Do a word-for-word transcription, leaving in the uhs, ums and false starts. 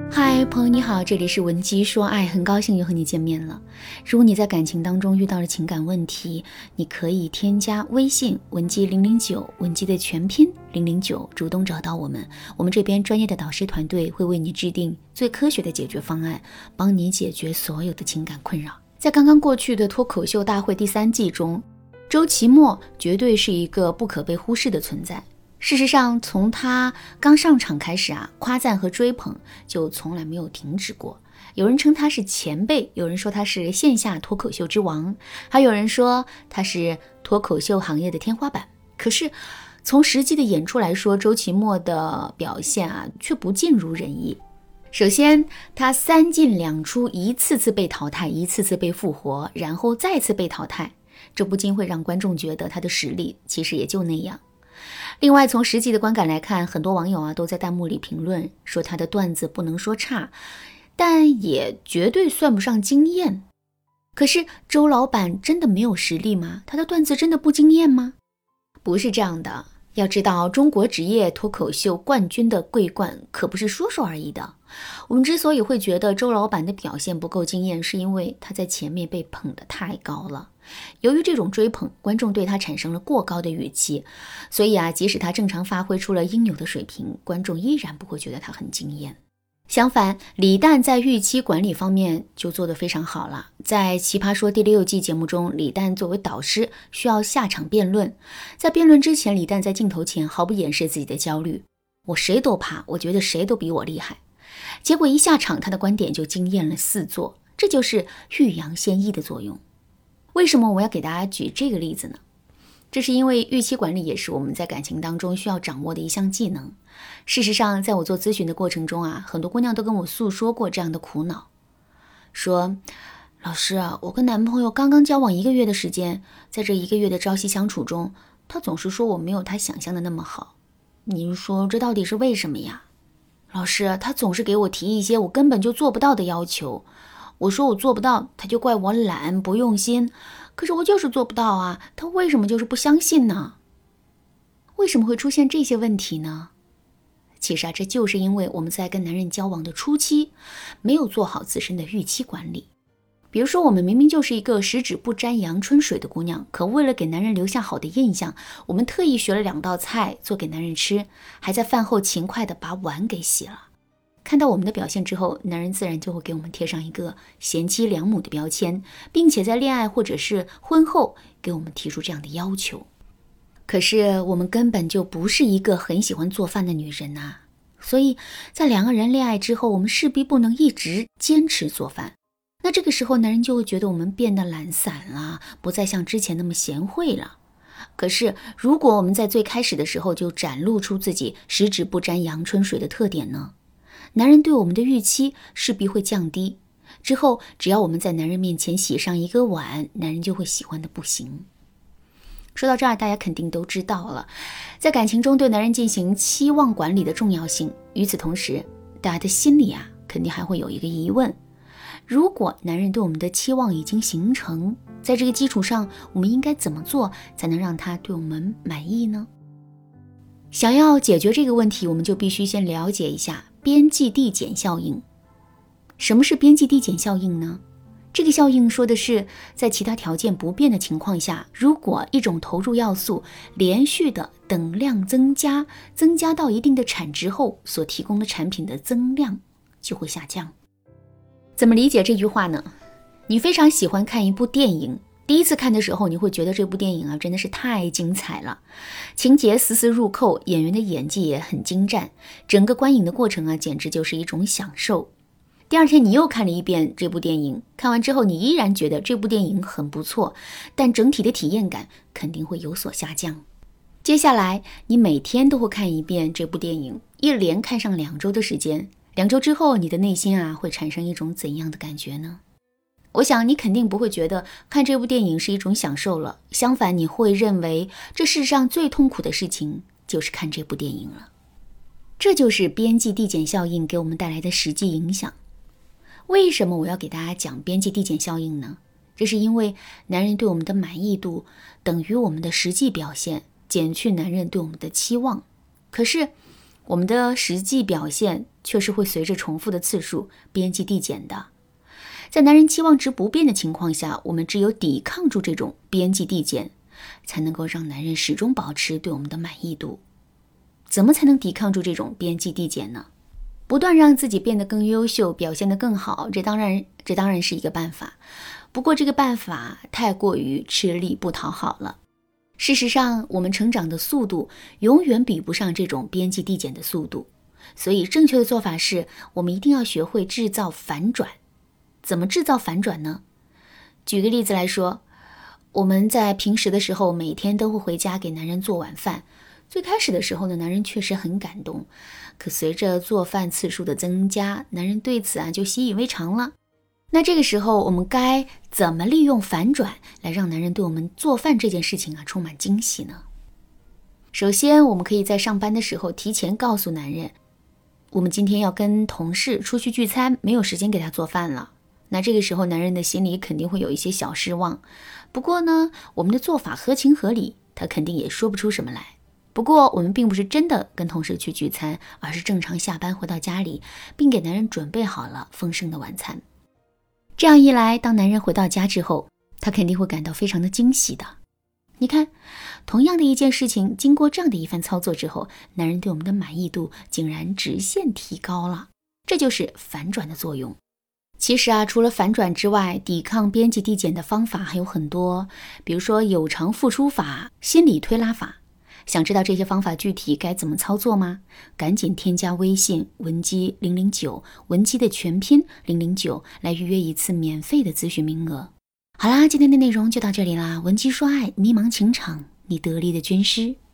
嗨，朋友你好，这里是文姬说爱，很高兴又和你见面了。如果你在感情当中遇到了情感问题，你可以添加微信文姬零零九，文姬的全拼零零九，主动找到我们，我们这边专业的导师团队会为你制定最科学的解决方案，帮你解决所有的情感困扰。在刚刚过去的脱口秀大会第三季中，周奇墨绝对是一个不可被忽视的存在。事实上，从他刚上场开始啊，夸赞和追捧就从来没有停止过。有人称他是前辈，有人说他是线下脱口秀之王，还有人说他是脱口秀行业的天花板。可是从实际的演出来说，周奇墨的表现啊，却不尽如人意。首先，他三进两出，一次次被淘汰，一次次被复活，然后再次被淘汰，这不禁会让观众觉得他的实力其实也就那样。另外，从实际的观感来看，很多网友啊都在弹幕里评论说他的段子不能说差，但也绝对算不上惊艳。可是周老板真的没有实力吗？他的段子真的不惊艳吗？不是这样的。要知道，中国职业脱口秀冠军的桂冠可不是说说而已的。我们之所以会觉得周老板的表现不够惊艳，是因为他在前面被捧得太高了。由于这种追捧，观众对他产生了过高的预期，所以啊，即使他正常发挥出了应有的水平，观众依然不会觉得他很惊艳。相反，李诞在预期管理方面就做得非常好了。在奇葩说第六季节目中，李诞作为导师需要下场辩论，在辩论之前，李诞在镜头前毫不掩饰自己的焦虑，我谁都怕，我觉得谁都比我厉害。结果一下场，他的观点就惊艳了四座，这就是欲扬先抑的作用。为什么我要给大家举这个例子呢？这是因为预期管理也是我们在感情当中需要掌握的一项技能。事实上，在我做咨询的过程中啊，很多姑娘都跟我诉说过这样的苦恼，说老师啊，我跟男朋友刚刚交往一个月的时间，在这一个月的朝夕相处中，他总是说我没有他想象的那么好。您说这到底是为什么呀？老师，他总是给我提一些我根本就做不到的要求，我说我做不到，他就怪我懒不用心，可是我就是做不到啊，他为什么就是不相信呢？为什么会出现这些问题呢？其实啊，这就是因为我们在跟男人交往的初期没有做好自身的预期管理。比如说，我们明明就是一个十指不沾阳春水的姑娘，可为了给男人留下好的印象，我们特意学了两道菜做给男人吃，还在饭后勤快地把碗给洗了。看到我们的表现之后，男人自然就会给我们贴上一个贤妻良母的标签，并且在恋爱或者是婚后给我们提出这样的要求。可是我们根本就不是一个很喜欢做饭的女人呐、啊，所以在两个人恋爱之后，我们势必不能一直坚持做饭。那这个时候男人就会觉得我们变得懒散了，不再像之前那么贤惠了。可是如果我们在最开始的时候就展露出自己十指不沾阳春水的特点呢，男人对我们的预期势必会降低，之后只要我们在男人面前洗上一个碗，男人就会喜欢的不行。说到这儿，大家肯定都知道了，在感情中对男人进行期望管理的重要性。与此同时，大家的心里啊，肯定还会有一个疑问，如果男人对我们的期望已经形成，在这个基础上，我们应该怎么做才能让他对我们满意呢？想要解决这个问题，我们就必须先了解一下边际递减效应。什么是边际递减效应呢？这个效应说的是，在其他条件不变的情况下，如果一种投入要素连续的等量增加，增加到一定的产值后，所提供的产品的增量就会下降。怎么理解这句话呢？你非常喜欢看一部电影，第一次看的时候，你会觉得这部电影啊真的是太精彩了，情节丝丝入扣，演员的演技也很精湛，整个观影的过程啊简直就是一种享受。第二天你又看了一遍这部电影，看完之后你依然觉得这部电影很不错，但整体的体验感肯定会有所下降。接下来你每天都会看一遍这部电影，一连看上两周的时间，两周之后你的内心啊会产生一种怎样的感觉呢？我想你肯定不会觉得看这部电影是一种享受了，相反你会认为这世上最痛苦的事情就是看这部电影了。这就是边际递减效应给我们带来的实际影响。为什么我要给大家讲边际递减效应呢？这是因为男人对我们的满意度等于我们的实际表现，减去男人对我们的期望。可是我们的实际表现却是会随着重复的次数边际递减的。在男人期望值不变的情况下，我们只有抵抗住这种边际递减，才能够让男人始终保持对我们的满意度。怎么才能抵抗住这种边际递减呢？不断让自己变得更优秀，表现得更好，这当然这当然是一个办法。不过这个办法太过于吃力不讨好了。事实上，我们成长的速度永远比不上这种边际递减的速度，所以正确的做法是，我们一定要学会制造反转。怎么制造反转呢？举个例子来说，我们在平时的时候，每天都会回家给男人做晚饭。最开始的时候呢，男人确实很感动，可随着做饭次数的增加，男人对此啊就习以为常了。那这个时候，我们该怎么利用反转来让男人对我们做饭这件事情啊充满惊喜呢？首先，我们可以在上班的时候提前告诉男人，我们今天要跟同事出去聚餐，没有时间给他做饭了。那这个时候男人的心里肯定会有一些小失望，不过呢，我们的做法合情合理，他肯定也说不出什么来。不过我们并不是真的跟同事去聚餐，而是正常下班回到家里，并给男人准备好了丰盛的晚餐。这样一来，当男人回到家之后，他肯定会感到非常的惊喜的。你看，同样的一件事情，经过这样的一番操作之后，男人对我们的满意度竟然直线提高了，这就是反转的作用。其实啊，除了反转之外，抵抗边际递减的方法还有很多，比如说有偿付出法、心理推拉法。想知道这些方法具体该怎么操作吗？赶紧添加微信文姬零零九，文姬的全拼零零九，来预约一次免费的咨询名额。好啦，今天的内容就到这里啦，文姬说爱，迷茫情场，你得力的军师。